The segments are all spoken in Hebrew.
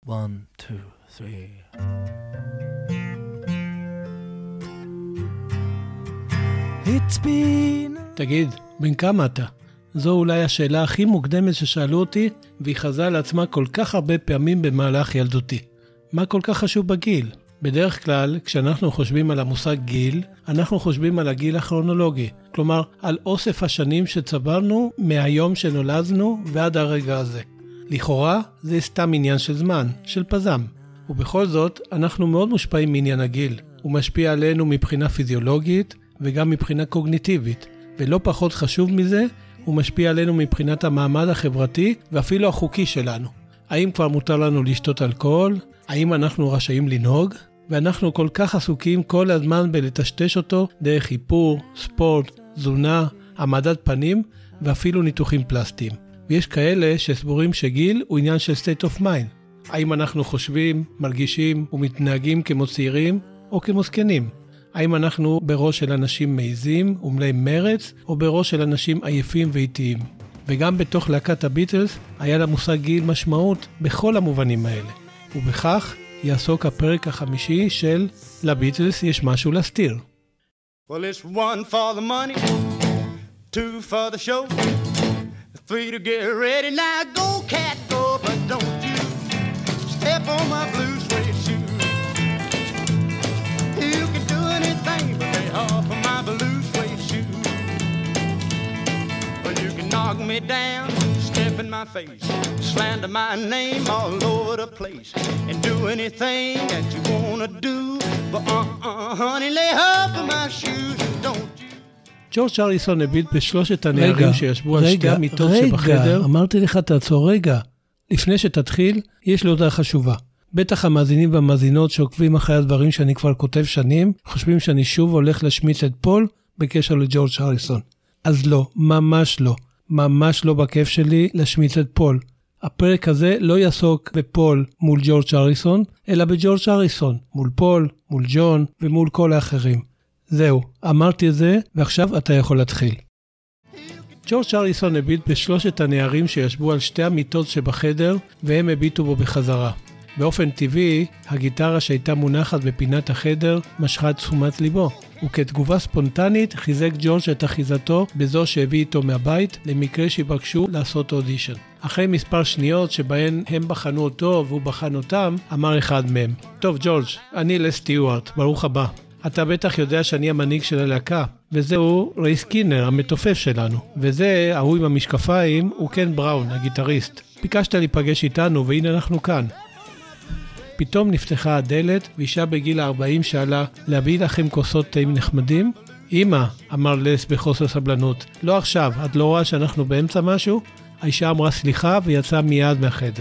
1, 2, 3. It's been... תגיד, בן כמה אתה? זו אולי השאלה הכי מוקדמת ששאלו אותי, והיא חזרה לעצמה כל כך הרבה פעמים במהלך ילדותי. מה כל כך חשוב בגיל? בדרך כלל, כשאנחנו חושבים על המושג גיל, אנחנו חושבים על הגיל הכרונולוגי, כלומר, על אוסף השנים שצברנו מהיום שנולדנו ועד הרגע הזה. לכאורה, זה סתם עניין של זמן, של פזם. ובכל זאת, אנחנו מאוד מושפעים מעניין הגיל. הוא משפיע עלינו מבחינה פיזיולוגית וגם מבחינה קוגניטיבית. ולא פחות חשוב מזה, הוא משפיע עלינו מבחינת המעמד החברתי ואפילו החוקי שלנו. האם כבר מותר לנו לשתות אלכוהול? האם אנחנו רשאים לנהוג? ואנחנו כל כך עסוקים כל הזמן בלטשטש אותו דרך איפור, ספורט, תזונה, העמדת פנים ואפילו ניתוחים פלסטיים. ויש כאלה שסבורים שגיל הוא עניין של state of mind. האם אנחנו חושבים, מרגישים ומתנהגים כמו צעירים או כמו זקנים? האם אנחנו בראש של אנשים מעיזים ומלאי מרץ או בראש של אנשים עייפים ואיטיים? וגם בתוך להקת הביטלס היה למושג גיל משמעות בכל המובנים האלה. ובכך יעסוק הפרק החמישי של לביטלס יש משהו להסתיר. Well, it's 1 for the money, 2 for the show, 3 to get ready. Now go, cat, go, but don't you step on my blue suede shoe. You can do anything but lay off of my blue suede shoe. Well, you can knock me down, step in my face, slander my name all over the place, and do anything that you wanna do. But honey, lay off of my shoes and don't you. ג'ורג' הריסון הביט בשלושת הנערים שישבו על שתי המיטות שבחדר. אמרתי לך תעצור רגע. לפני שתתחיל, יש לי הודעה חשובה. בטח המאזינים והמאזינות שעוקבים אחרי הדברים שאני כבר כותב שנים, חושבים שאני שוב הולך להשמיץ את פול בקשר לג'ורג' הריסון. אז לא, ממש לא. ממש לא בכיף שלי להשמיץ את פול. הפרק הזה לא יעסוק בפול מול ג'ורג' הריסון, אלא בג'ורג' הריסון, מול פול, מול ג'ון ומול כל האחרים. זהו, אמרתי את זה, ועכשיו אתה יכול להתחיל. ג'ורג' הריסון הביט בשלושת הנערים שישבו על שתי המיטות שבחדר, והם הביטו בו בחזרה. באופן טבעי, הגיטרה שהייתה מונחת בפינת החדר משכה את תשומת ליבו, וכתגובה ספונטנית חיזק ג'ורג' את אחיזתו בזו שהביא איתו מהבית, למקרה שיבקשו לעשות אודישן. אחרי מספר שניות שבהן הם בחנו אותו והוא בחן אותם, אמר אחד מהם, טוב ג'ורג', אני לס סטיוארט, ברוך הבא. אתה בטח יודע שאני המנהיג של הלהקה, וזהו ריי סקינר, המתופף שלנו. וזה, ההוא עם המשקפיים, הוא קן בראון, הגיטריסט. ביקשת להיפגש איתנו, והנה אנחנו כאן. פתאום נפתחה הדלת, ואישה בגיל 40 שאלה, להביא לכם כוסות טעים נחמדים? אמא, אמר לס בחוסר סבלנות, לא עכשיו, את לא רואה שאנחנו באמצע משהו? האישה אמרה סליחה ויצאה מיד מהחדר.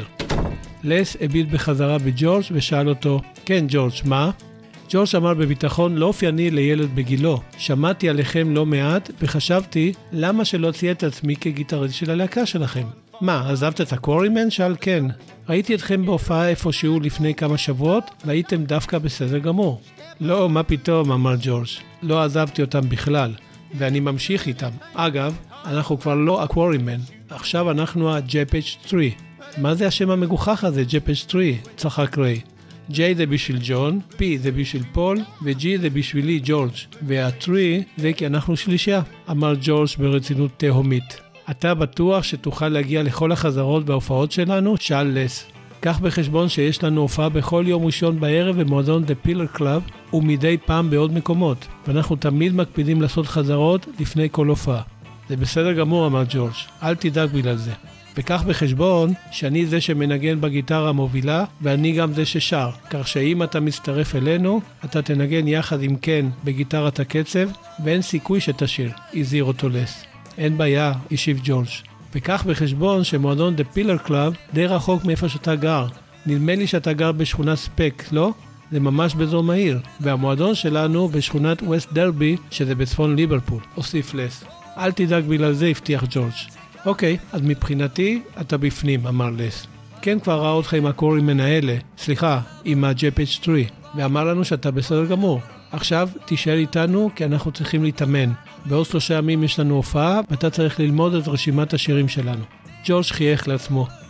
לס הביט בחזרה בג'ורג' ושאל אותו, כן ג'ורג', מה? ג'ורג' אמר בביטחון לא אופייני לילד בגילו. שמעתי עליכם לא מעט וחשבתי למה שלא ציין את עצמי כגיטריסט של הלהקה שלכם. מה, עזבת את הקוורימן? שאל כן. ראיתי אתכם בהופעה איפשהו לפני כמה שבועות והייתם דווקא בסדר גמור. לא, מה פתאום, אמר ג'ורג'. לא עזבתי אותם בכלל, ואני ממשיך איתם. אגב, אנחנו כבר לא הקוורימן, עכשיו אנחנו ה-JPEG 3. מה זה השם המגוחך הזה, JPEG 3? צחק ריי. J זה בשביל ג'ון, P זה בשביל פול, ו-G זה בשבילי ג'ורג', וה-3 זה כי אנחנו שלישה, אמר ג'ורג' ברצינות תהומית. אתה בטוח שתוכל להגיע לכל החזרות וההופעות שלנו? שאל לס. קח בחשבון שיש לנו הופעה בכל יום ראשון בערב במועדון The Pillar Club, ומדי פעם בעוד מקומות, ואנחנו תמיד מקפידים לעשות חזרות לפני כל הופעה. זה בסדר גמור, אמר ג'ורג', אל תדאג בגלל זה. וקח בחשבון שאני זה שמנגן בגיטרה המובילה, ואני גם זה ששר, כך שאם אתה מצטרף אלינו, אתה תנגן יחד עם קן בגיטרת הקצב, ואין סיכוי שתשיר, הזהיר אותו לס. אין בעיה, השיב ג'ורג'. וקח בחשבון שמועדון The Pillar Club די רחוק מאיפה שאתה גר. נדמה לי שאתה גר בשכונת ספק, לא? זה ממש באזור מהיר, והמועדון שלנו בשכונת ווסט דרבי, שזה בצפון ליברפול, הוסיף לס. אל תדאג בגלל זה, הבטיח ג'ורג'. אוקיי, אז מבחינתי אתה בפנים, אמר לס. כן כבר ראה אותך עם הקוורימן האלה, סליחה, עם ה-JPEG 3, ואמר לנו שאתה בסדר גמור. עכשיו תישאר איתנו כי אנחנו צריכים להתאמן. בעוד 3 ימים יש לנו הופעה ואתה צריך ללמוד את רשימת השירים שלנו. ג'ורג' חייך לעצמו.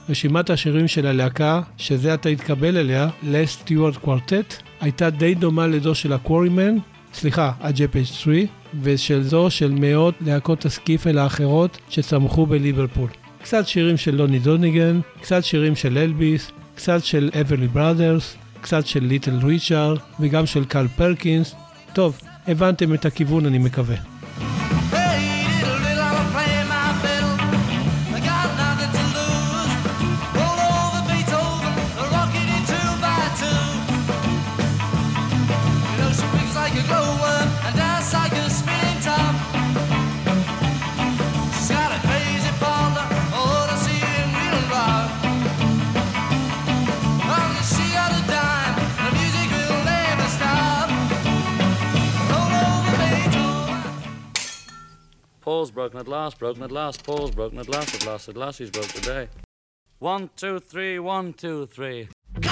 רשימת השירים של הלהקה, שזה אתה התקבל אליה, Les Stewart Quartet, הייתה די דומה לזו של הקוורימן, הג'פג' 3, ושל זו של מאות להקות הסקיפל האחרות שצמחו בליברפול. קצת שירים של לוני דוניגן, קצת שירים של אלביס, קצת של אברלי בראדרס, קצת של ליטל ריצ'ארד, וגם של קל פרקינס. טוב, הבנתם את הכיוון אני מקווה. Paul's broken at last, Paul's broken at last, he's broke today. 1, 2, 3, 1, 2, 3. Come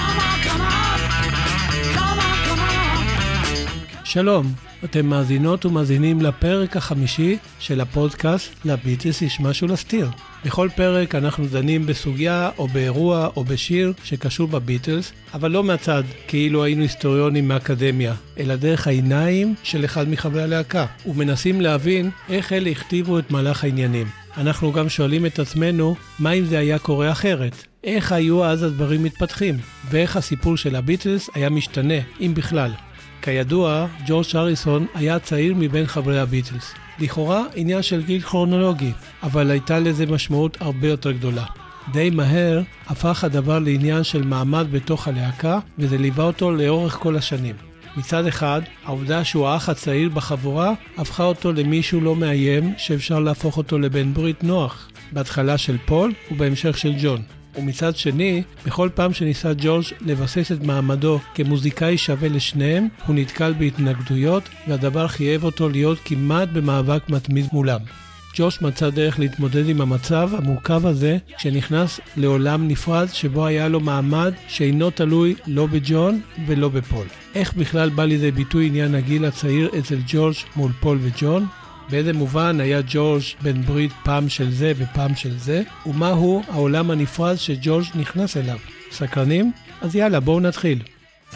on. שלום, אתם מאזינות ומאזינים לפרק החמישי של הפודקאסט לביטלס יש משהו להסתיר. בכל פרק אנחנו דנים בסוגיה או באירוע או בשיר שקשור בביטלס, אבל לא מהצד כאילו היינו היסטוריונים מהאקדמיה, אלא דרך העיניים של אחד מחברי הלהקה, ומנסים להבין איך אלה הכתיבו את מהלך העניינים. אנחנו גם שואלים את עצמנו מה אם זה היה קורה אחרת, איך היו אז הדברים מתפתחים, ואיך הסיפור של הביטלס היה משתנה, אם בכלל. כידוע, ג'ורג' הריסון היה צעיר מבין חברי הביטלס. לכאורה עניין של גיל כרונולוגי, אבל הייתה לזה משמעות הרבה יותר גדולה. די מהר הפך הדבר לעניין של מעמד בתוך הלהקה, וזה ליווה אותו לאורך כל השנים. מצד אחד, העובדה שהוא האח הצעיר בחבורה, הפכה אותו למישהו לא מאיים שאפשר להפוך אותו לבן ברית נוח, בהתחלה של פול ובהמשך של ג'ון. ומצד שני, בכל פעם שניסה ג'ורג' לבסס את מעמדו כמוזיקאי שווה לשניהם, הוא נתקל בהתנגדויות, והדבר חייב אותו להיות כמעט במאבק מתמיד מולם. ג'ורג' מצא דרך להתמודד עם המצב המורכב הזה, כשנכנס לעולם נפרד שבו היה לו מעמד שאינו תלוי לא בג'ון ולא בפול. איך בכלל בא לידי ביטוי עניין הגיל הצעיר אצל ג'ורג' מול פול וג'ון? באיזה מובן היה ג'ורג' בן ברית פעם של זה ופעם של זה, ומהו העולם הנפרד שג'ורג' נכנס אליו? סקרנים? אז יאללה, בואו נתחיל. Now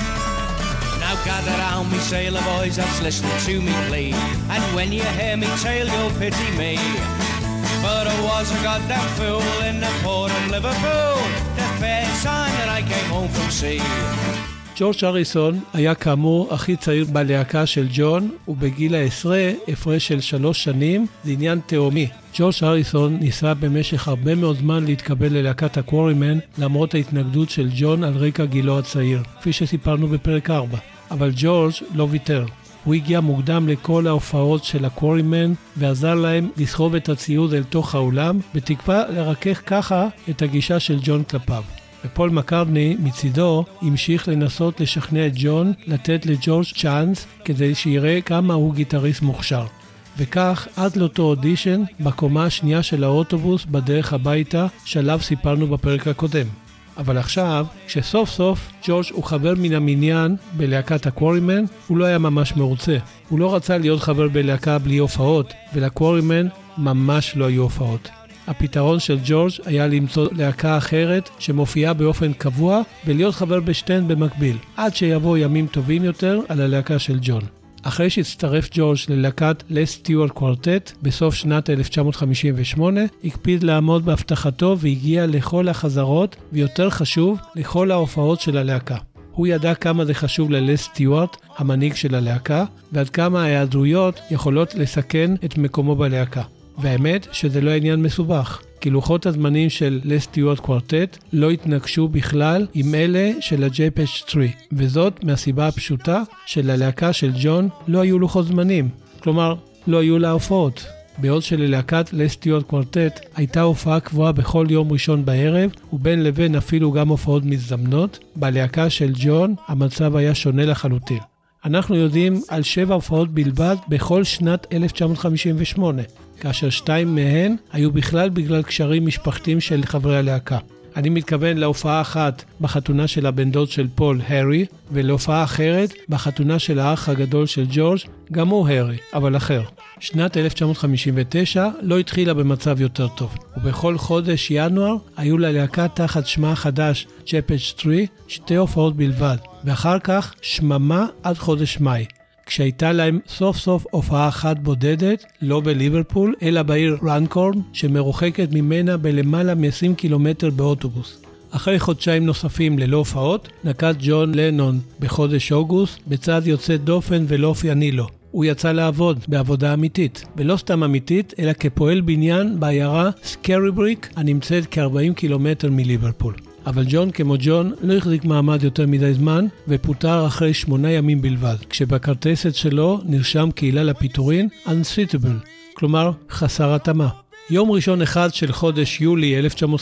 gather round me sailor boys, that's listening to me play, and when you hear me tell you'll pity me, but I was a goddamn fool in the port of Liverpool, the first time that I came home from sea. ג'ורג' הריסון היה כאמור הכי צעיר בלהקה של ג'ון, ובגיל העשרה, הפרש של 3 שנים, זה עניין תאומי. ג'ורג' הריסון ניסה במשך הרבה מאוד זמן להתקבל ללהקת הקוורימן, למרות ההתנגדות של ג'ון על רקע גילו הצעיר, כפי שסיפרנו בפרק 4. אבל ג'ורג' לא ויתר. הוא הגיע מוקדם לכל ההופעות של הקוורימן, ועזר להם לסחוב את הציוד אל תוך האולם, בתקווה לרכך ככה את הגישה של ג'ון כלפיו. ופול מקרטני מצידו המשיך לנסות לשכנע את ג'ון לתת לג'ורג' צ'אנס כדי שיראה כמה הוא גיטריסט מוכשר. וכך עד לאותו אודישן בקומה השנייה של האוטובוס בדרך הביתה שעליו סיפרנו בפרק הקודם. אבל עכשיו, כשסוף סוף ג'ורג' הוא חבר מן המניין בלהקת הקוורימן, הוא לא היה ממש מרוצה. הוא לא רצה להיות חבר בלהקה בלי הופעות, ולקוורימן ממש לא היו הופעות. הפתרון של ג'ורג' היה למצוא להקה אחרת שמופיעה באופן קבוע ולהיות חבר בשתיהן במקביל, עד שיבוא ימים טובים יותר על הלהקה של ג'ון. אחרי שהצטרף ג'ורג' ללהקת Les Stewart Quartet בסוף שנת 1958, הקפיד לעמוד בהבטחתו והגיע לכל החזרות, ויותר חשוב, לכל ההופעות של הלהקה. הוא ידע כמה זה חשוב ללס סטיוארט, המנהיג של הלהקה, ועד כמה ההיעדרויות יכולות לסכן את מקומו בלהקה. והאמת שזה לא עניין מסובך, כי לוחות הזמנים של Les Stewart Quartet לא התנגשו בכלל עם אלה של הג'פג' 3, וזאת מהסיבה הפשוטה שללהקה של ג'ון לא היו לוחות זמנים, כלומר לא היו לה הופעות. בעוד שללהקת Les Stewart Quartet הייתה הופעה קבועה בכל יום ראשון בערב, ובין לבין אפילו גם הופעות מזדמנות, בלהקה של ג'ון המצב היה שונה לחלוטין. אנחנו יודעים על 7 הופעות בלבד בכל שנת 1958, כאשר 2 מהן היו בכלל בגלל קשרים משפחתיים של חברי הלהקה. אני מתכוון להופעה אחת בחתונה של הבן דוד של פול, הרי, ולהופעה אחרת בחתונה של האח הגדול של ג'ורג', גם הוא הרי, אבל אחר. שנת 1959 לא התחילה במצב יותר טוב, ובכל חודש ינואר היו ללהקה תחת שמה החדש, ג'פג' 3, 2 הופעות בלבד, ואחר כך שממה עד חודש מאי. כשהייתה להם סוף סוף הופעה אחת בודדת, לא בליברפול, אלא בעיר רנקורן, שמרוחקת ממנה בלמעלה מ-20 קילומטר באוטובוס. אחרי חודשיים נוספים ללא הופעות, נקט ג'ון לנון בחודש אוגוסט, בצד יוצא דופן ולא אופייני לו. הוא יצא לעבוד בעבודה אמיתית, ולא סתם אמיתית, אלא כפועל בניין בעיירה סקריבריק, הנמצאת כ-40 קילומטר מליברפול. אבל ג'ון כמו ג'ון לא החזיק מעמד יותר מדי זמן ופוטר אחרי 8 ימים בלבד, כשבכרטסת שלו נרשם קהילה לפיטורין unsuitable, כלומר חסר התאמה. יום ראשון אחד של חודש יולי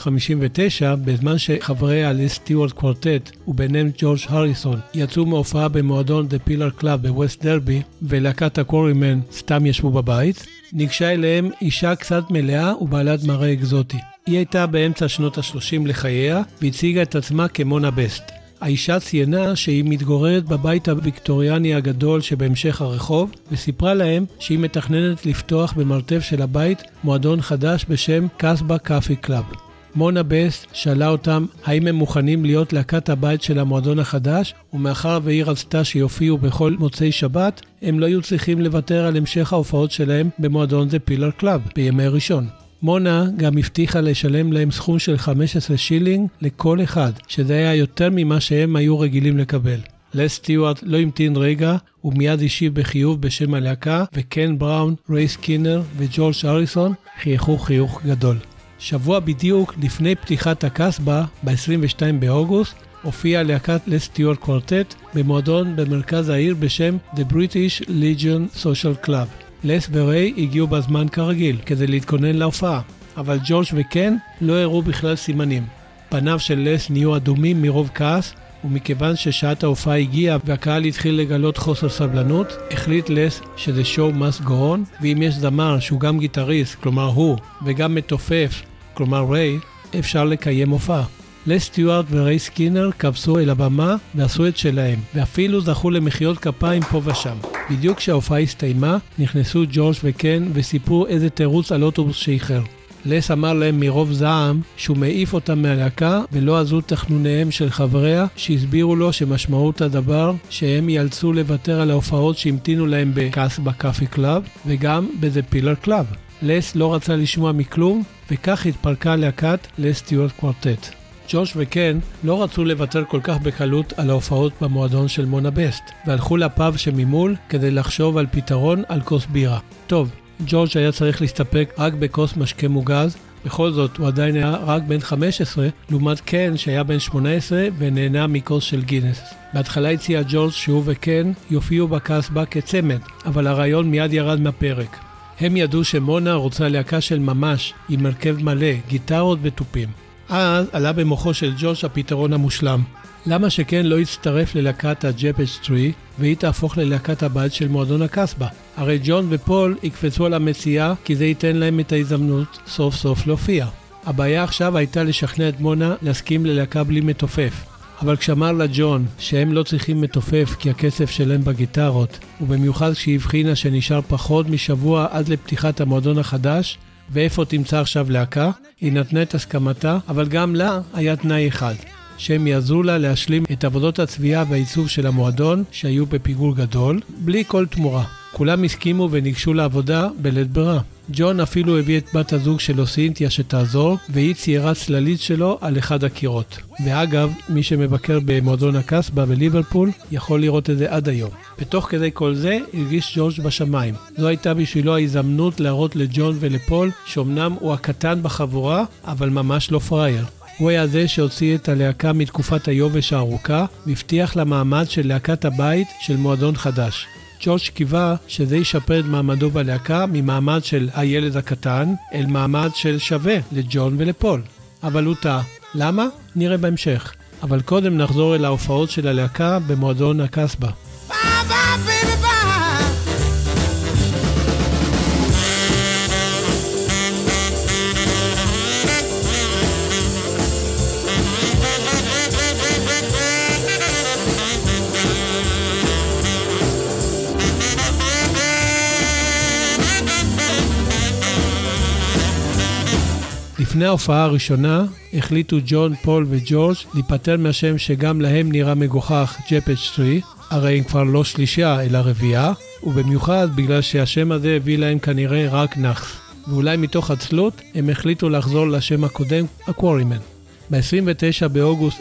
1959, בזמן שחברי הלס סטיוארט קוורטט וביניהם ג'ורג' הריסון יצאו מהופעה במועדון The Pillar Club בווסט דרבי ולהקת הקוורימן סתם ישבו בבית, ניגשה אליהם אישה קצת מלאה ובעלת מראה אקזוטי. היא הייתה באמצע שנות ה-30 לחייה והציגה את עצמה כמונה בסט. האישה ציינה שהיא מתגוררת בבית הוויקטוריאני הגדול שבהמשך הרחוב, וסיפרה להם שהיא מתכננת לפתוח במרתף של הבית מועדון חדש בשם קסבה קאפי קלאב. מונה בסט שאלה אותם האם הם מוכנים להיות להקת הבית של המועדון החדש, ומאחר והיא רצתה שיופיעו בכל מוצאי שבת, הם לא היו צריכים לוותר על המשך ההופעות שלהם במועדון The Pillar Club בימי ראשון. מונה גם הבטיחה לשלם להם סכום של 15 שילינג לכל אחד, שזה היה יותר ממה שהם היו רגילים לקבל. לס סטיוארט לא המתין רגע, ומיד השיב בחיוב בשם הלהקה, וקן בראון, ריי סקינר וג'ורג' הריסון חייכו חיוך גדול. שבוע בדיוק לפני פתיחת הקסבה, ב-22 באוגוסט, הופיעה להקת לס סטיוארט קוורטט במועדון במרכז העיר בשם The British Legion Social Club. לס וריי הגיעו בזמן כרגיל כדי להתכונן להופעה, אבל ג'ורג' וקן לא הראו בכלל סימנים. פניו של לס נהיו אדומים מרוב כעס, ומכיוון ששעת ההופעה הגיעה והקהל התחיל לגלות חוסר סבלנות, החליט לס שזה show must go on, ואם יש זמר שהוא גם גיטריסט, כלומר הוא, וגם מתופף, כלומר ריי, אפשר לקיים הופעה. לס סטיוארט וריי סקינר קפצו אל הבמה ועשו את שלהם, ואפילו זכו למחיאות כפיים פה ושם. בדיוק כשההופעה הסתיימה, נכנסו ג'ורג' וקן וסיפרו איזה תירוץ על אוטובוס שאיחר. לס אמר להם מרוב זעם שהוא מעיף אותם מהלהקה ולא עזו תכנוניהם של חבריה, שהסבירו לו שמשמעות הדבר שהם ייאלצו לוותר על ההופעות שהמתינו להם בקסבה קאפי קלאב וגם בזה פילר קלאב. לס לא רצה לשמוע מכלום, וכך התפרקה להקת לס סטיוארט קוורטט. ג'ורג' וקן לא רצו לוותר כל כך בקלות על ההופעות במועדון של מונה בסט, והלכו לפאב שממול כדי לחשוב על פתרון על כוס בירה. טוב, ג'ורג' היה צריך להסתפק רק בכוס משקה מוגז, בכל זאת הוא עדיין היה רק בן 15, לעומת קן שהיה בן 18 ונהנה מכוס של גינס. בהתחלה הציע ג'ורג' שהוא וקן יופיעו בקסבה כצמד, אבל הרעיון מיד ירד מהפרק. הם ידעו שמונה רוצה להקה של ממש, עם מרכב מלא, גיטרות וטופים. אז עלה במוחו של ג'ורג' הפתרון המושלם. למה שכן לא יצטרף ללהקת הג'פג' 3 והיא תהפוך ללהקת הבית של מועדון הקסבה? הרי ג'ון ופול יקפצו על המציאה כי זה ייתן להם את ההזדמנות סוף סוף להופיע. הבעיה עכשיו הייתה לשכנע את מונה להסכים ללהקה בלי מתופף. אבל כשאמר לה ג'ון שהם לא צריכים מתופף כי הכסף שלהם בגיטרות, ובמיוחד כשהבחינה שנשאר פחות משבוע עד לפתיחת המועדון החדש, ואיפה תמצא עכשיו להקה, היא נתנה את הסכמתה, אבל גם לה היה תנאי אחד, שהם יעזרו לה להשלים את עבודות הצביעה והעיצוב של המועדון שהיו בפיגור גדול, בלי כל תמורה. כולם הסכימו וניגשו לעבודה בלית ברירה. ג'ון אפילו הביא את בת הזוג שלו סינתיה שתעזור, והיא ציירה צללית שלו על אחד הקירות. ואגב, מי שמבקר במועדון הקסבה בליברפול יכול לראות את זה עד היום. בתוך כדי כל זה הרגיש ג'ורג' בשמיים. זו הייתה בשבילו ההזדמנות להראות לג'ון ולפול שאומנם הוא הקטן בחבורה, אבל ממש לא פראייר. הוא היה זה שהוציא את הלהקה מתקופת היובש הארוכה, והבטיח למעמד של להקת הבית של מועדון חדש. ג'ורג' קיווה שזה ישפר את מעמדו בלהקה ממעמד של הילד הקטן אל מעמד של שווה לג'ון ולפול. אבל הוא טעה. למה? נראה בהמשך. אבל קודם נחזור אל ההופעות של הלהקה במועדון הקסבה. לפני ההופעה הראשונה החליטו ג'ון, פול וג'ורג' להיפטר מהשם שגם להם נראה מגוחך, ג'פג'סטרי, הרי הם כבר לא שלישייה אלא רביעייה, ובמיוחד בגלל שהשם הזה הביא להם כנראה רק נחס. ואולי מתוך עצלות הם החליטו לחזור לשם הקודם, הקוורימן. ב-29 באוגוסט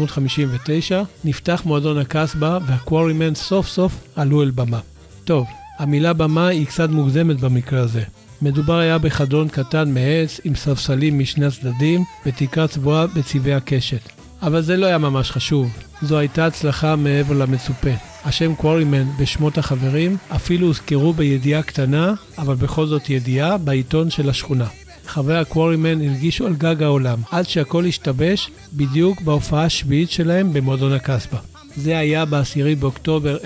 1959 נפתח מועדון הקסבה והקוורימן סוף סוף עלו אל במה. טוב, המילה במה היא קצת מוגזמת במקרה הזה. מדובר היה בחדרון קטן מעץ עם ספסלים משני הצדדים ותקרה צבועה בצבעי הקשת. אבל זה לא היה ממש חשוב. זו הייתה הצלחה מעבר למצופה. השם קוורימן ושמות החברים אפילו הוזכרו בידיעה קטנה, אבל בכל זאת ידיעה בעיתון של השכונה. חברי הקוורימן הרגישו על גג העולם, עד שהכל השתבש בדיוק בהופעה השביעית שלהם במועדון הקסבה. זה היה ב10 באוקטובר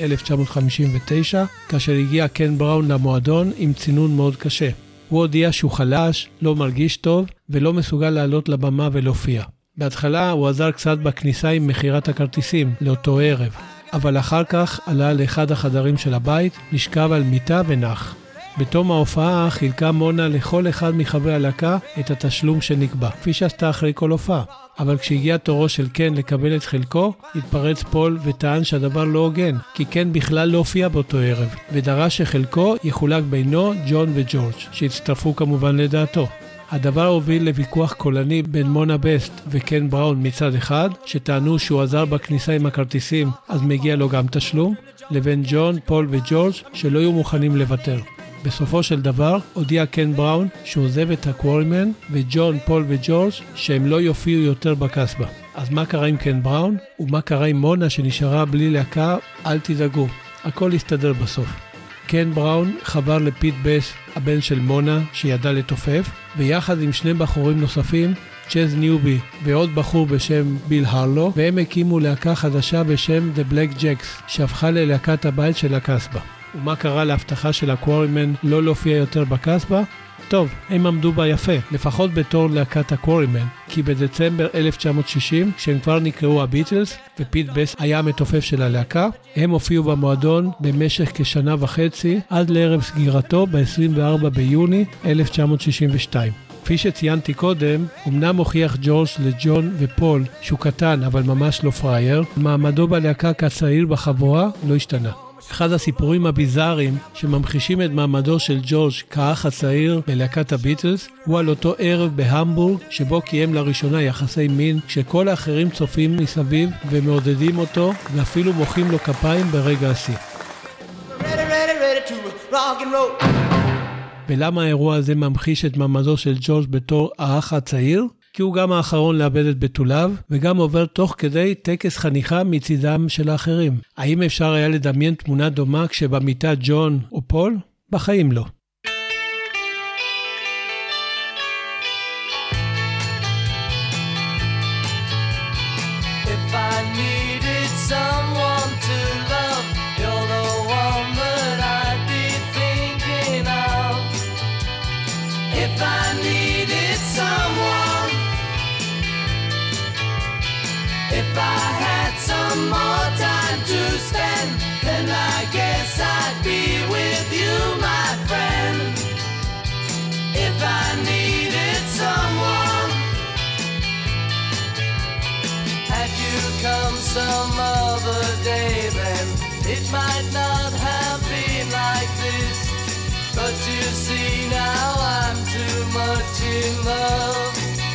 1959, כאשר הגיע קן בראון למועדון עם צינון מאוד קשה. הוא הודיע שהוא חלש, לא מרגיש טוב ולא מסוגל לעלות לבמה ולהופיע. בהתחלה הוא עזר קצת בכניסה עם מחירת הכרטיסים לאותו ערב, אבל אחר כך עלה לאחד החדרים של הבית, נשכב על מיטה ונח. בתום ההופעה חילקה מונה לכל אחד מחברי הלהקה את התשלום שנקבע, כפי שעשתה אחרי כל הופעה. אבל כשהגיע תורו של קן לקבל את חלקו, התפרץ פול וטען שהדבר לא הוגן, כי קן בכלל לא הופיע באותו ערב, ודרש שחלקו יחולק בינו, ג'ון וג'ורג', שהצטרפו כמובן לדעתו. הדבר הוביל לוויכוח קולני בין מונה בסט וקן בראון מצד אחד, שטענו שהוא עזר בכניסה עם הכרטיסים, אז מגיע לו גם תשלום, לבין ג'ון, פול וג'ורג' שלא היו מוכנים לוותר. בסופו של דבר הודיע קן בראון שהוא עוזב את הקוורימן, וג'ון, פול וג'ורג' שהם לא יופיעו יותר בקסבה. אז מה קרה עם קן בראון? ומה קרה עם מונה שנשארה בלי להקה? אל תדאגו, הכל יסתדר בסוף. קן בראון חבר לפיט בס, הבן של מונה, שידע לתופף, ויחד עם שני בחורים נוספים, צ'אז ניובי ועוד בחור בשם ביל הרלו, והם הקימו להקה חדשה בשם The Black Jacks, שהפכה ללהקת הבית של הקסבה. ומה קרה להבטחה של הקוורימן לא להופיע יותר בקסבה? טוב, הם עמדו בה יפה, לפחות בתור להקת הקוורימן, כי בדצמבר 1960, כשהם כבר נקראו הביטלס, ופיט בס היה המתופף של הלהקה, הם הופיעו במועדון במשך כשנה וחצי, עד לערב סגירתו ב-24 ביוני 1962. כפי שציינתי קודם, אמנם הוכיח ג'ורג' לג'ון ופול שהוא קטן אבל ממש לא פרייר, מעמדו בלהקה כצעיר בחבורה לא השתנה. אחד הסיפורים הביזאריים שממחישים את מעמדו של ג'ורג' כאח הצעיר בלהקת הביטלס הוא על אותו ערב בהמבורג שבו קיים לראשונה יחסי מין, כשכל האחרים צופים מסביב ומעודדים אותו ואפילו מוחאים לו כפיים ברגע השיא. ולמה האירוע הזה ממחיש את מעמדו של ג'ורג' בתור האח הצעיר? כי הוא גם האחרון לאבד את בתוליו, וגם עובר תוך כדי טקס חניכה מצידם של האחרים. האם אפשר היה לדמיין תמונה דומה כשבמיטה ג'ון או פול? בחיים לא. If I had some more time to spend, then I guess I'd be with you, my friend. If I needed someone, had you come some other day, then it might not have been like this. But you see now I'm too much in love.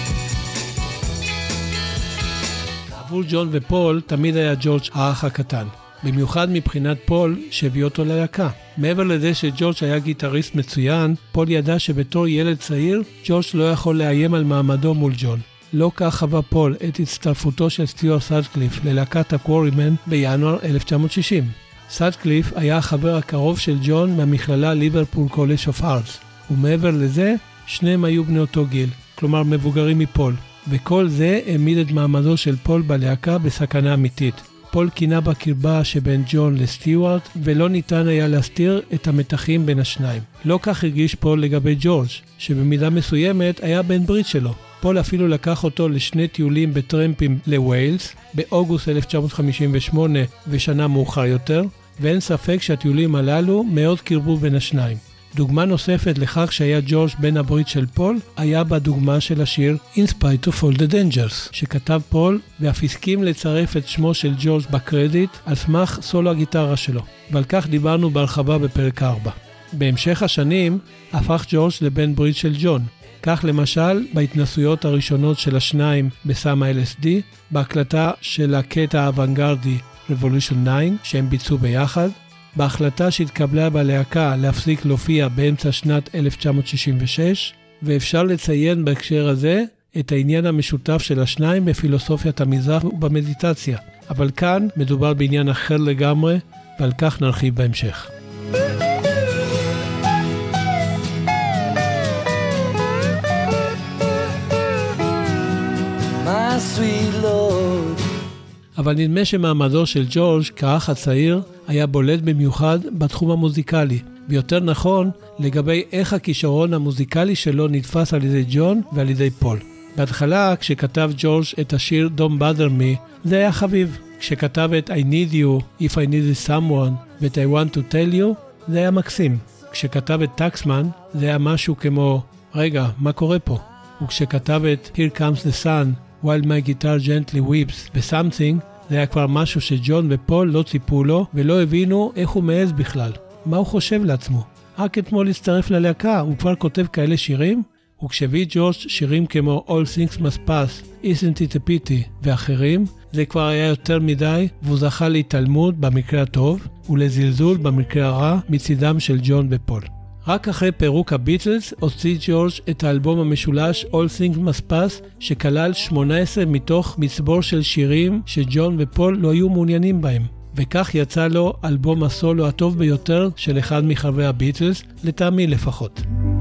עבור ג'ון ופול תמיד היה ג'ורג' האח הקטן, במיוחד מבחינת פול שהביא אותו ללהקה. מעבר לזה שג'ורג' היה גיטריסט מצוין, פול ידע שבתור ילד צעיר ג'ורג' לא יכול לאיים על מעמדו מול ג'ון. לא כך חווה פול את הצטרפותו של סטיוארט סאדקליף ללהקת הקוורימן בינואר 1960. סאדקליף היה החבר הקרוב של ג'ון מהמכללה ליברפול קולג' אוף ארטס, ומעבר לזה שניהם היו בני אותו גיל, כלומר מבוגרים מפול. וכל זה העמיד את מעמדו של פול בלהקה בסכנה אמיתית. פול קינה בקרבה שבין ג'ון לסטיוארט, ולא ניתן היה להסתיר את המתחים בין השניים. לא כך הרגיש פול לגבי ג'ורג', שבמידה מסוימת היה בן ברית שלו. פול אפילו לקח אותו לשני טיולים בטרמפים לווילס, באוגוסט 1958 ושנה מאוחר יותר, ואין ספק שהטיולים הללו מאוד קרבו בין השניים. דוגמה נוספת לכך שהיה ג'ורג' בן הברית של פול, היה בדוגמה של השיר In Spite of All the Dangers, שכתב פול ואף הסכים לצרף את שמו של ג'ורג' בקרדיט על סמך סולו הגיטרה שלו, ועל כך דיברנו בהרחבה בפרק 4. בהמשך השנים הפך ג'ורג' לבן ברית של ג'ון, כך למשל בהתנסויות הראשונות של השניים בסם ה-LSD, בהקלטה של הקטע האוונגרדי Revolution 9 שהם ביצעו ביחד, בהחלטה שהתקבלה בלהקה להפסיק להופיע באמצע שנת 1966, ואפשר לציין בהקשר הזה את העניין המשותף של השניים בפילוסופיית המזרח ובמדיטציה. אבל כאן מדובר בעניין אחר לגמרי, ועל כך נרחיב בהמשך. My sweet Lord. אבל נדמה שמעמדו של ג'ורג' כאח הצעיר היה בולט במיוחד בתחום המוזיקלי, ויותר נכון לגבי איך הכישרון המוזיקלי שלו נתפס על ידי ג'ון ועל ידי פול. בהתחלה, כשכתב ג'ורג' את השיר Don't Bother Me, זה היה חביב. כשכתב את I Need You, If I Needed Someone ואת I Want to Tell You, זה היה מקסים. כשכתב את טקסמן, זה היה משהו כמו, רגע, מה קורה פה? וכשכתב את Here Comes the Sun, While My Guitar Gently Weeps ב-Something, זה היה כבר משהו שג'ון ופול לא ציפו לו ולא הבינו איך הוא מעז בכלל. מה הוא חושב לעצמו? רק אתמול להצטרף ללהקה, הוא כבר כותב כאלה שירים? וכשהביא ג'ורג' שירים כמו All Things Must Pass, Isn't It a Pity ואחרים, זה כבר היה יותר מדי, והוא זכה להתעלמות במקרה הטוב ולזלזול במקרה הרע מצידם של ג'ון ופול. רק אחרי פירוק הביטלס הוציא ג'ורג' את האלבום המשולש All Things Must Pass, שכלל 18 מתוך מצבור של שירים שג'ון ופול לא היו מעוניינים בהם. וכך יצא לו אלבום הסולו הטוב ביותר של אחד מחברי הביטלס, לטעמי לפחות.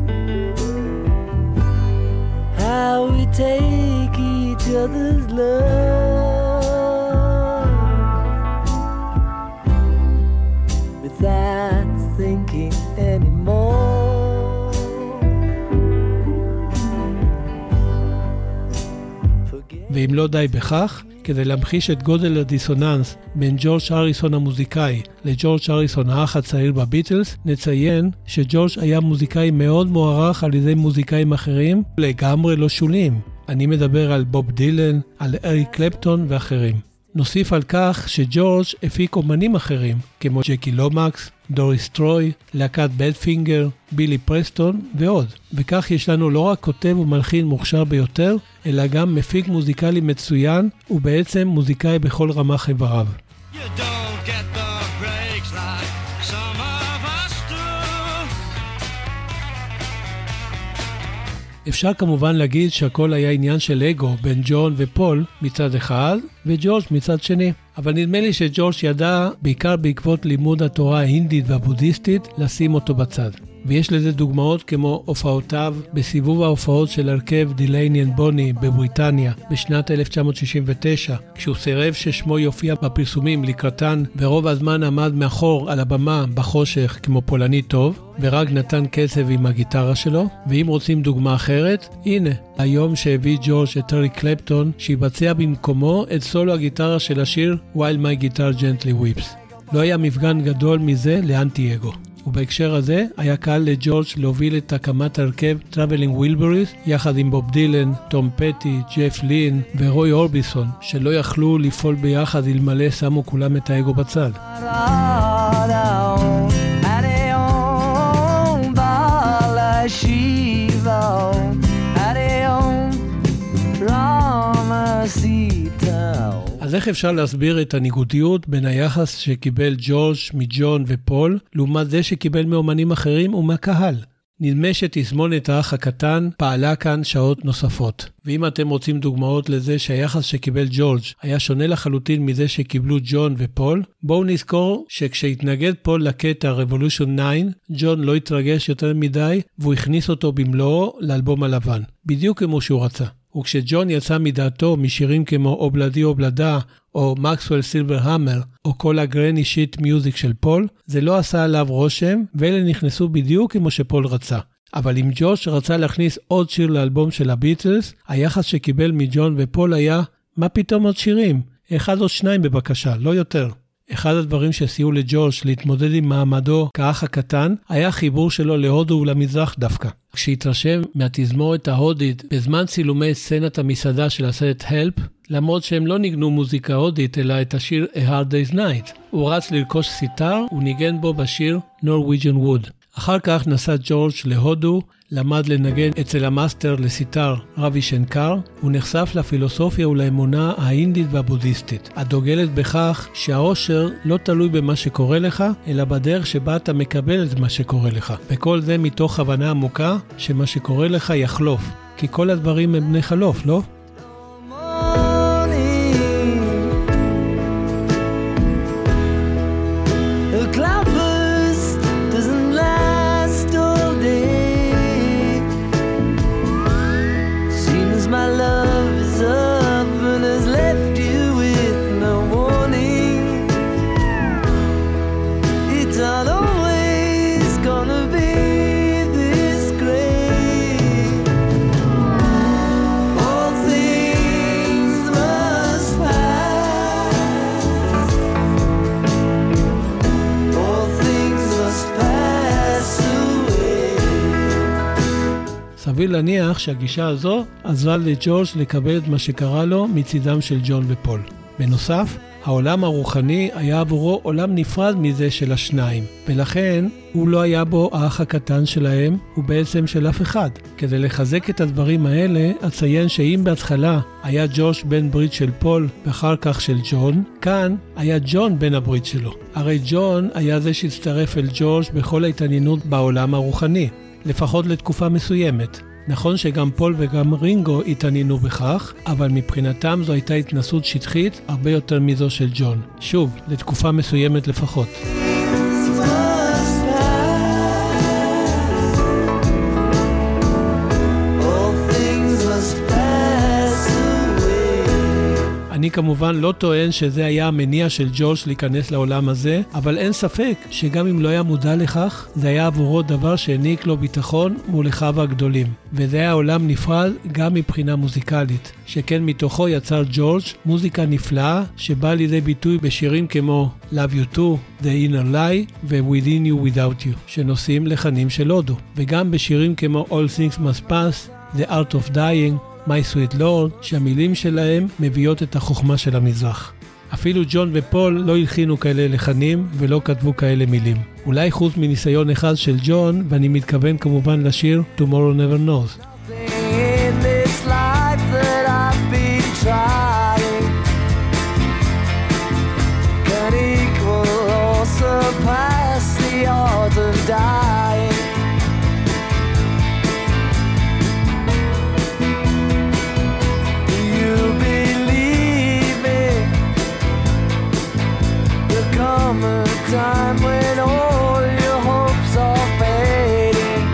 How we take each other's love without thinking anymore. ואם לא די בכך, כדי להמחיש את גודל הדיסוננס בין ג'ורג' הריסון המוזיקאי לג'ורג' הריסון האח הצעיר בביטלס, נציין שג'ורג' היה מוזיקאי מאוד מוערך על ידי מוזיקאים אחרים לגמרי לא שוליים. אני מדבר על בוב דילן, על אריק קלפטון ואחרים. נוסיף על כך שג'ורג' הפיק אומנים אחרים כמו ג'קי לומקס, דוריס טרוי, להקת בדפינגר, בילי פרסטון ועוד. וכך יש לנו לא רק כותב ומלחין מוכשר ביותר, אלא גם מפיק מוזיקלי מצוין ובעצם מוזיקאי בכל רמה חבריו. אפשר כמובן להגיד שהכל היה עניין של אגו בין ג'ון ופול מצד אחד וג'ורג' מצד שני. אבל נדמה לי שג'ורג' ידע, בעיקר בעקבות לימוד התורה ההינדית והבודהיסטית, לשים אותו בצד. ויש לזה דוגמאות כמו הופעותיו בסיבוב ההופעות של הרכב דילייני אנד בוני בבריטניה בשנת 1969, כשהוא סירב ששמו יופיע בפרסומים לקראתן, ורוב הזמן עמד מאחור על הבמה בחושך כמו פולני טוב, ורק נתן קצב עם הגיטרה שלו. ואם רוצים דוגמה אחרת, הנה, היום שהביא ג'ורג' את אריק קלפטון, שיבצע במקומו את סולו הגיטרה של השיר While My Guitar Gently Weeps. לא היה מפגן גדול מזה לאנטי אגו. ובהקשר הזה היה קל לג'ורג' להוביל את הקמת הרכב Traveling Wilburys יחד עם בוב דילן, תום פטי, ג'ף לין ורוי אורביסון, שלא יכלו לפעול ביחד אלמלא שמו כולם את האגו בצד. אז איך אפשר להסביר את הניגודיות בין היחס שקיבל ג'ורג' מג'ון ופול, לעומת זה שקיבל מאומנים אחרים ומהקהל? נדמה שתזמונת האח הקטן פעלה כאן שעות נוספות. ואם אתם רוצים דוגמאות לזה שהיחס שקיבל ג'ורג' היה שונה לחלוטין מזה שקיבלו ג'ון ופול, בואו נזכור שכשהתנגד פול לקטע Revolution 9, ג'ון לא התרגש יותר מדי, והוא הכניס אותו במלואו לאלבום הלבן, בדיוק כמו שהוא רצה. וכשג'ון יצא מדעתו משירים כמו אובלדי אובלדה, או מקסוול סילבר המר, או כל הגרני שיט מיוזיק של פול, זה לא עשה עליו רושם, ואלה נכנסו בדיוק כמו שפול רצה. אבל אם ג'ורג' רצה להכניס עוד שיר לאלבום של הביטלס, היחס שקיבל מג'ון ופול היה, מה פתאום עוד שירים? אחד או שניים בבקשה, לא יותר. אחד הדברים שסייעו לג'ורג' להתמודד עם מעמדו כאח הקטן, היה חיבור שלו להודו ולמזרח דווקא. כשהתרשם מהתזמורת ההודית בזמן צילומי סצנת המסעדה של הסרט Help, למרות שהם לא ניגנו מוזיקה הודית אלא את השיר A Hard Day's Night, הוא רץ לרכוש סיטר וניגן בו בשיר Norwegian Wood. אחר כך נסע ג'ורג' להודו, למד לנגן אצל המאסטר לסיטר רבי שנקר, ונחשף לפילוסופיה ולאמונה ההינדית והבודהיסטית, הדוגלת בכך שהאושר לא תלוי במה שקורה לך, אלא בדרך שבה אתה מקבל את מה שקורה לך. וכל זה מתוך הבנה עמוקה שמה שקורה לך יחלוף, כי כל הדברים הם בני חלוף, לא? סביר להניח שהגישה הזו עזרה לג'ורג' לקבל את מה שקרה לו מצידם של ג'ון ופול. בנוסף, העולם הרוחני היה עבורו עולם נפרד מזה של השניים, ולכן הוא לא היה בו האח הקטן שלהם, הוא בעצם של אף אחד. כדי לחזק את הדברים האלה, אציין שאם בהתחלה היה ג'ורג' בן ברית של פול ואחר כך של ג'ון, כאן היה ג'ון בן הברית שלו. הרי ג'ון היה זה שהצטרף אל ג'ורג' בכל ההתעניינות בעולם הרוחני, לפחות לתקופה מסוימת. נכון שגם פול וגם רינגו התעניינו בכך, אבל מבחינתם זו הייתה התנסות שטחית הרבה יותר מזו של ג'ון. שוב, לתקופה מסוימת לפחות. אני כמובן לא טוען שזה היה המניע של ג'ורג' להיכנס לעולם הזה, אבל אין ספק שגם אם לא היה מודע לכך, זה היה עבורו דבר שהעניק לו ביטחון מול אחיו הגדולים. וזה היה עולם נפרד גם מבחינה מוזיקלית, שכן מתוכו יצר ג'ורג' מוזיקה נפלאה שבאה לידי ביטוי בשירים כמו Love You Too, The Inner Lie ו-Within You Without You, שנושאים לחנים של הודו. וגם בשירים כמו All Things Must Pass, The Art of Dying, My Sweet Lord, שהמילים שלהם מביאות את החוכמה של המזרח. אפילו ג'ון ופול לא הלחינו כאלה לחנים ולא כתבו כאלה מילים. אולי חוץ מניסיון אחד של ג'ון, ואני מתכוון כמובן לשיר Tomorrow Never Knows. Time when all your hopes are fading,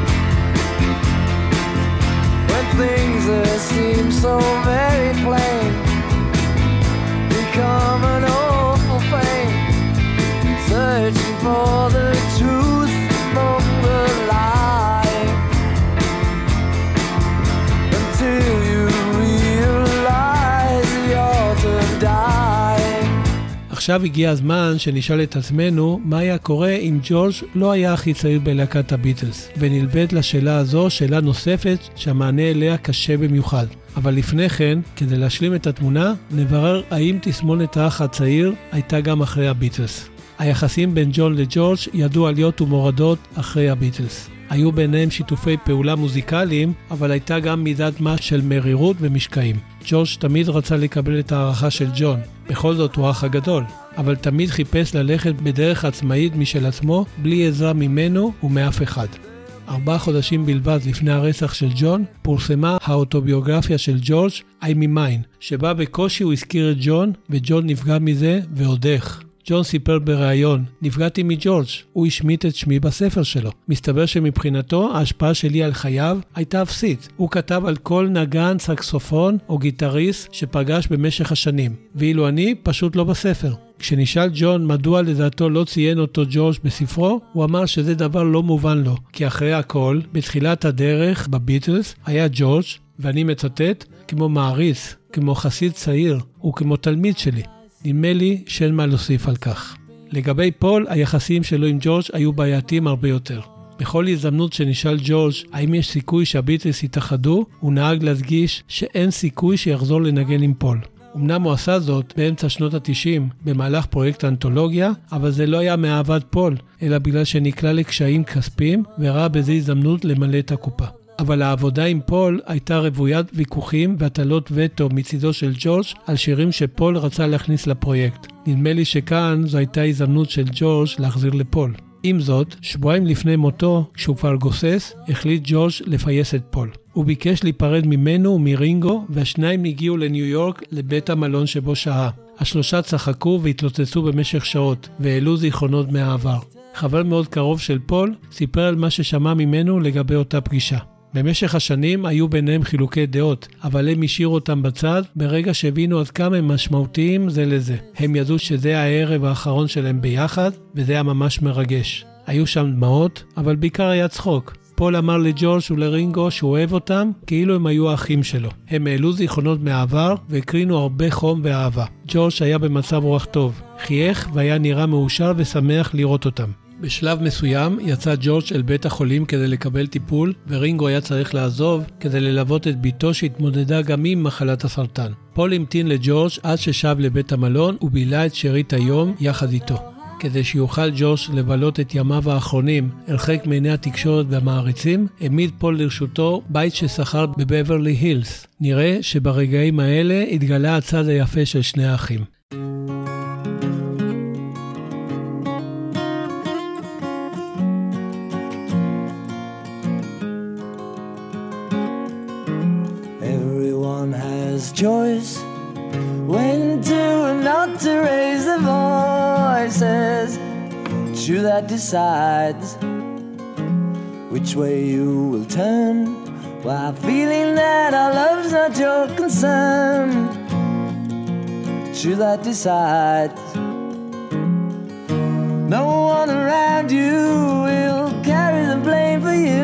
when things that seem so very plain become an awful pain, searching for the truth among the lying, until you realize you're to die. עכשיו הגיע הזמן שנשאל את עצמנו מה היה קורה אם ג'ורג' לא היה הכי צעיר בלהקת הביטלס, ונלבד לשאלה הזו שאלה נוספת שהמענה אליה קשה במיוחד. אבל לפני כן, כדי להשלים את התמונה, נברר האם תסמונת האח הצעיר הייתה גם אחרי הביטלס. היחסים בין ג'ון לג'ורג' ידעו עליות ומורדות אחרי הביטלס. היו ביניהם שיתופי פעולה מוזיקליים, אבל הייתה גם מידת מה של מרירות ומשקעים. ג'ורג' תמיד רצה לקבל את הערכה של ג'ון, בכל זאת הוא האח הגדול, אבל תמיד חיפש ללכת בדרך עצמאית משל עצמו, בלי עזרה ממנו ומאף אחד. 4 חודשים בלבד לפני הרצח של ג'ון, פורסמה האוטוביוגרפיה של ג'ורג' I'm in mine, שבה בקושי הוא הזכיר את ג'ון, וג'ון נפגע מזה ועוד איך. ג'ון סיפר בריאיון, נפגעתי מג'ורג', הוא השמיט את שמי בספר שלו. מסתבר שמבחינתו ההשפעה שלי על חייו הייתה אפסית. הוא כתב על כל נגן, סקסופון או גיטריסט שפגש במשך השנים, ואילו אני פשוט לא בספר. כשנשאל ג'ון מדוע לדעתו לא ציין אותו ג'ורג' בספרו, הוא אמר שזה דבר לא מובן לו, כי אחרי הכל, בתחילת הדרך בביטלס היה ג'ורג', ואני מצטט, כמו מעריץ, כמו חסיד צעיר וכמו תלמיד שלי. נדמה לי שאין מה להוסיף על כך. לגבי פול, היחסים שלו עם ג'ורג' היו בעייתיים הרבה יותר. בכל הזדמנות שנשאל ג'ורג' האם יש סיכוי שהביטלס יתאחדו, הוא נהג להדגיש שאין סיכוי שיחזור לנגן עם פול. אמנם הוא עשה זאת באמצע שנות ה-90 במהלך פרויקט האנתולוגיה, אבל זה לא היה מאהבת פול, אלא בגלל שנקלע לקשיים כספיים וראה בזה הזדמנות למלא את הקופה. אבל העבודה עם פול הייתה רוויית ויכוחים והטלות וטו מצידו של ג'ורג' על שירים שפול רצה להכניס לפרויקט. נדמה לי שכאן זו הייתה הזדמנות של ג'ורג' להחזיר לפול. עם זאת, שבועיים לפני מותו, כשהוא כבר גוסס, החליט ג'ורג' לפייס את פול. הוא ביקש להיפרד ממנו ומרינגו, והשניים הגיעו לניו יורק לבית המלון שבו שהה. השלושה צחקו והתלוצצו במשך שעות, והעלו זיכרונות מהעבר. חבר מאוד קרוב של פול סיפר על מה ששמע ממנו לגבי אותה פגישה. במשך השנים היו ביניהם חילוקי דעות, אבל הם השאירו אותם בצד ברגע שהבינו עד כמה הם משמעותיים זה לזה. הם ידעו שזה הערב האחרון שלהם ביחד, וזה היה ממש מרגש. היו שם דמעות, אבל בעיקר היה צחוק. פול אמר לג'ורג' ולרינגו שהוא אוהב אותם כאילו הם היו האחים שלו. הם העלו זיכרונות מהעבר והקרינו הרבה חום ואהבה. ג'ורג' היה במצב רוח טוב, חייך והיה נראה מאושר ושמח לראות אותם. בשלב מסוים יצא ג'ורג' אל בית החולים כדי לקבל טיפול, ורינגו היה צריך לעזוב כדי ללוות את ביתו שהתמודדה גם עם מחלת הסרטן. פול המתין לג'ורג' עד ששב לבית המלון ובילה את שארית היום יחד איתו. כדי שיוכל ג'ורג' לבלות את ימיו האחרונים הרחק מעיני התקשורת והמעריצים, העמיד פול לרשותו בית ששכר בבברלי הילס. נראה שברגעים האלה התגלה הצד היפה של שני האחים. Choice when to and not to raise their voices. It's you that decides which way you will turn, while feeling that our love's not your concern. It's you that decides. No one around you will carry the blame for you.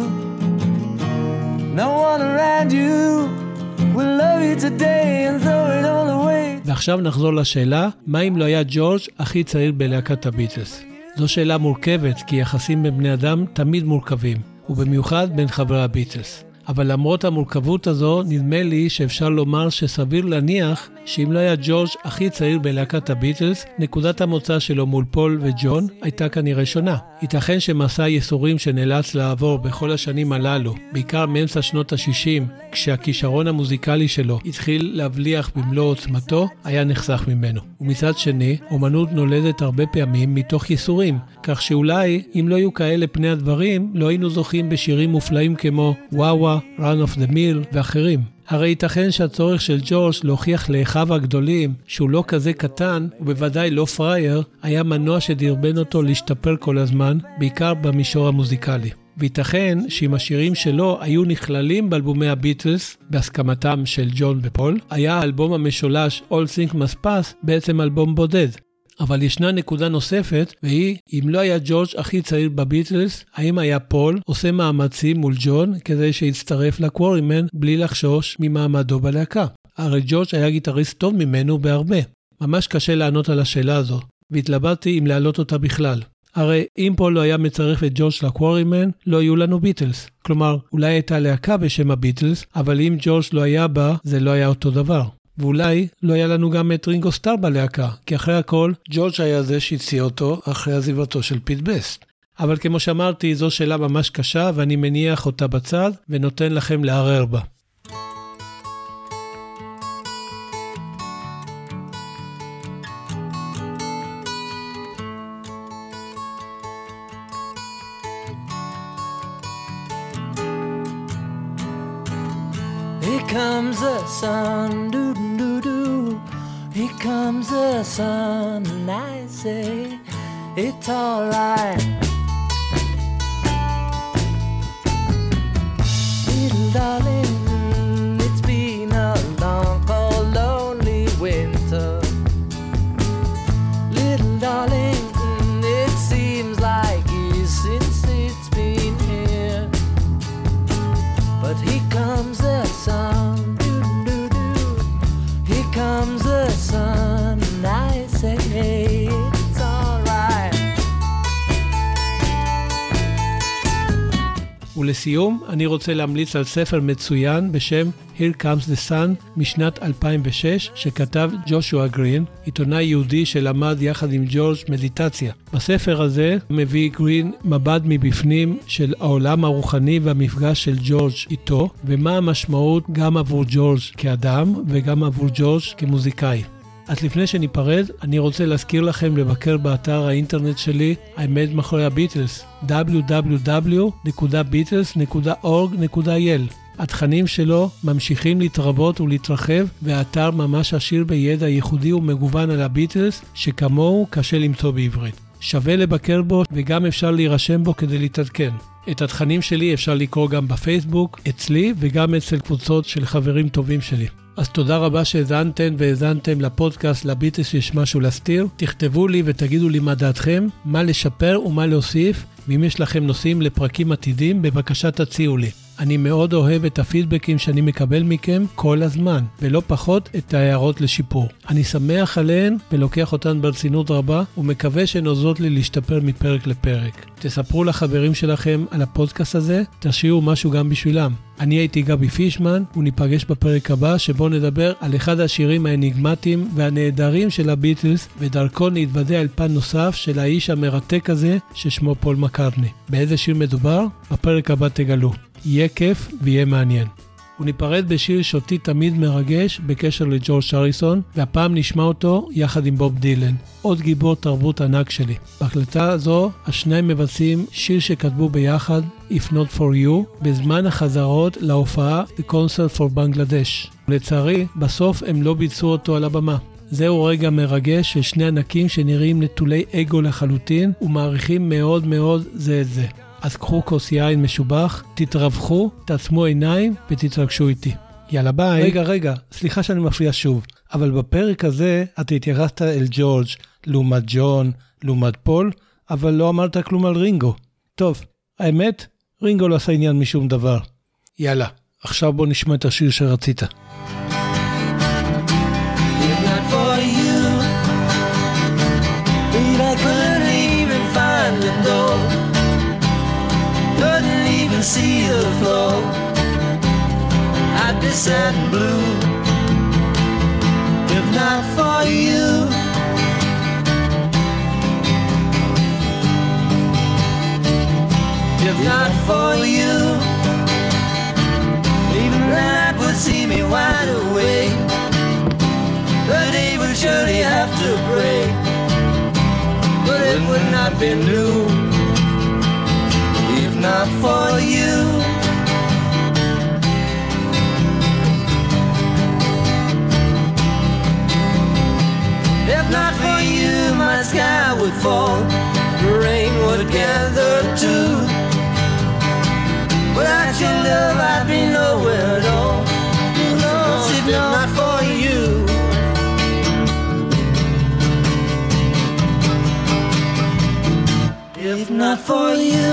No one around you will love you today and throw it all away. ועכשיו נחזור לשאלה, מה אם לא היה ג'ורג' הכי צעיר בלהקת הביטלס? זו שאלה מורכבת, כי יחסים בין בני אדם תמיד מורכבים, ובמיוחד בין חברי הביטלס. אבל למרות המורכבות הזו, נדמה לי שאפשר לומר שסביר להניח שאם לא היה ג'ורג' הכי צעיר בלהקת הביטלס, נקודת המוצא שלו מול פול וג'ון הייתה כנראה שונה. ייתכן שמסע הייסורים שנאלץ לעבור בכל השנים הללו, בעיקר מאמצע שנות ה-60, כשהכישרון המוזיקלי שלו התחיל להבליח במלוא עוצמתו, היה נחסך ממנו. ומצד שני, אומנות נולדת הרבה פעמים מתוך ייסורים, כך שאולי אם לא היו כאלה פני הדברים, לא היינו זוכים בשירים מופלאים כמו וואווה, Run of the Mill ואחרים. הרי ייתכן שהצורך של ג'ורג' להוכיח לאחיו הגדולים שהוא לא כזה קטן ובוודאי לא פרייר, היה מנוע שדרבן אותו להשתפר כל הזמן, בעיקר במישור המוזיקלי. וייתכן שאם השירים שלו היו נכללים באלבומי הביטלס, בהסכמתם של ג'ון ופול, היה האלבום המשולש All Things Must Pass בעצם אלבום בודד. אבל ישנה נקודה נוספת, והיא, אם לא היה ג'ורג' הכי צעיר בביטלס, האם היה פול עושה מאמצים מול ג'ון כדי שיצטרף לקוורימן בלי לחשוש ממעמדו בלהקה? הרי ג'ורג' היה גיטריסט טוב ממנו בהרבה. ממש קשה לענות על השאלה הזו, והתלבטתי אם להעלות אותה בכלל. הרי אם פול לא היה מצרף את ג'ורג' לקוורימן, לא היו לנו ביטלס. כלומר, אולי הייתה להקה בשם הביטלס, אבל אם ג'ורג' לא היה בה, זה לא היה אותו דבר. ואולי לא היה לנו גם את רינגו סטאר בלהקה, כי אחרי הכל, ג'ורג' היה זה שהציע אותו אחרי עזיבתו של פיט בסט. אבל כמו שאמרתי, זו שאלה ממש קשה, ואני מניח אותה בצד, ונותן לכם לערער בה. Here comes the sun, doo-doo-doo-doo. Here comes the sun, and I say, it's alright. Little darling, it's been a long, cold, lonely winter. Little darling, it seems like years since it's been here. But here comes the sun, doo-doo-doo. Here comes the sun, and I say, hey, it's alright. ולסיום, אני רוצה להמליץ על ספר מצוין בשם Here Comes the Sun משנת 2006, שכתב ג'ושוע גרין, עיתונאי יהודי שלמד יחד עם ג'ורג' מדיטציה. בספר הזה מביא גרין מבט מבפנים של העולם הרוחני והמפגש של ג'ורג' איתו, ומה המשמעות גם עבור ג'ורג' כאדם וגם עבור ג'ורג' כמוזיקאי. אז לפני שניפרד, אני רוצה להזכיר לכם לבקר באתר האינטרנט שלי, האמת מאחורי הביטלס, www.beatles.org.il. התכנים שלו ממשיכים להתרבות ולהתרחב, והאתר ממש עשיר בידע ייחודי ומגוון על הביטלס, שכמוהו קשה למצוא בעברית. שווה לבקר בו וגם אפשר להירשם בו כדי להתעדכן. את התכנים שלי אפשר לקרוא גם בפייסבוק, אצלי וגם אצל קבוצות של חברים טובים שלי. אז תודה רבה שהאזנתם לפודקאסט לביטלס יש משהו להסתיר. תכתבו לי ותגידו לי מה דעתכם, מה לשפר ומה להוסיף, ואם יש לכם נושאים לפרקים עתידים, בבקשה תציעו לי. אני מאוד אוהב את הפידבקים שאני מקבל מכם כל הזמן, ולא פחות את ההערות לשיפור. אני שמח עליהן ולוקח אותן ברצינות רבה, ומקווה שהן עוזרות לי להשתפר מפרק לפרק. תספרו לחברים שלכם על הפודקאסט הזה, תשאירו משהו גם בשבילם. אני הייתי גבי פישמן, וניפגש בפרק הבא שבו נדבר על אחד השירים האניגמטיים והנהדרים של הביטלס, ודרכו נתוודע אל פן נוסף של האיש המרתק הזה ששמו פול מקרטני. באיזה שיר מדובר? בפרק הבא תגלו. יהיה כיף ויהיה מעניין. וניפרד בשיר שאותי תמיד מרגש בקשר לג'ורג' הריסון, והפעם נשמע אותו יחד עם בוב דילן, עוד גיבור תרבות ענק שלי. בהקלטה הזו השניים מבצעים שיר שכתבו ביחד, If Not For You, בזמן החזרות להופעה The Concert for Bangladesh. לצערי, בסוף הם לא ביצעו אותו על הבמה. זהו רגע מרגש של שני ענקים שנראים נטולי אגו לחלוטין ומעריכים מאוד מאוד זה את זה. אז קחו כוס יין משובח, תתרווחו, תעצמו עיניים ותתרגשו איתי. יאללה ביי. רגע, סליחה שאני מפריע שוב, אבל בפרק הזה אתה התייחסת אל ג'ורג' לעומת ג'ון, לעומת פול, אבל לא אמרת כלום על רינגו. טוב, האמת, רינגו לא עשה עניין משום דבר. יאללה, עכשיו בוא נשמע את השיר שרצית. See the floor, I'd be sad and blue if not for you. If not for you, even night would see me wide awake. The day would surely have to break, but it would not be new. If not for you, if not for you, my sky would fall, the rain would gather too. Without your love, I'd be nowhere at all. If not for you, if not for you,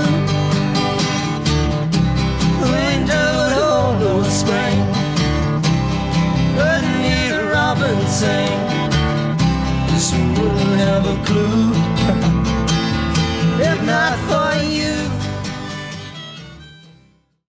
winter would hold no spring, couldn't hear a robin sing, this one wouldn't have a clue. If not for